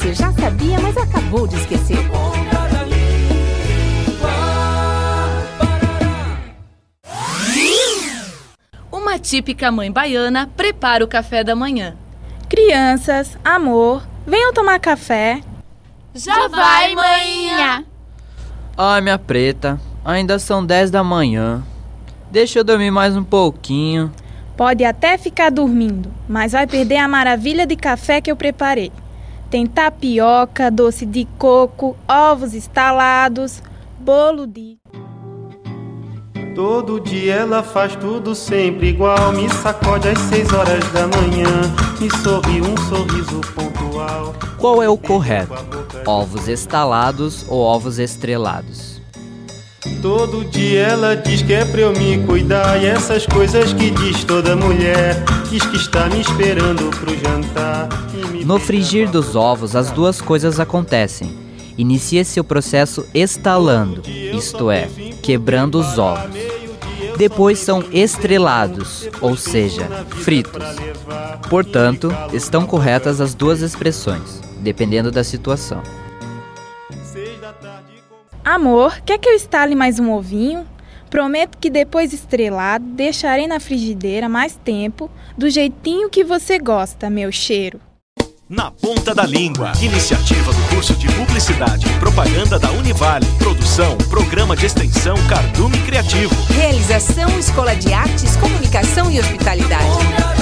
você já sabia, mas acabou de esquecer. Uma típica mãe baiana prepara o café da manhã. Crianças, amor, venham tomar café. Já vai, maninha! Ai, minha preta, ainda são 10 da manhã. Deixa eu dormir mais um pouquinho. Pode até ficar dormindo, mas vai perder a maravilha de café que eu preparei. Tem tapioca, doce de coco, ovos estalados, bolo de... Todo dia ela faz tudo sempre igual. Me sacode às 6 horas da manhã, me sorri um sorriso pontual. Qual é o correto? Ovos estalados ou ovos estrelados? Todo dia ela diz que é pra eu me cuidar, e essas coisas que diz toda mulher, diz que está me esperando pro jantar. No frigir dos ovos, as duas coisas acontecem. Inicia-se o processo estalando, isto é, quebrando os ovos. Depois são estrelados, ou seja, fritos. Portanto, estão corretas as duas expressões, dependendo da situação. Amor, quer que eu estale mais um ovinho? Prometo que depois estrelado, deixarei na frigideira mais tempo, do jeitinho que você gosta, meu cheiro. Na Ponta da Língua, iniciativa do curso de Publicidade e Propaganda da Univale. Produção, Programa de Extensão Cardume Criativo. Realização Escola de Artes, Comunicação e Hospitalidade.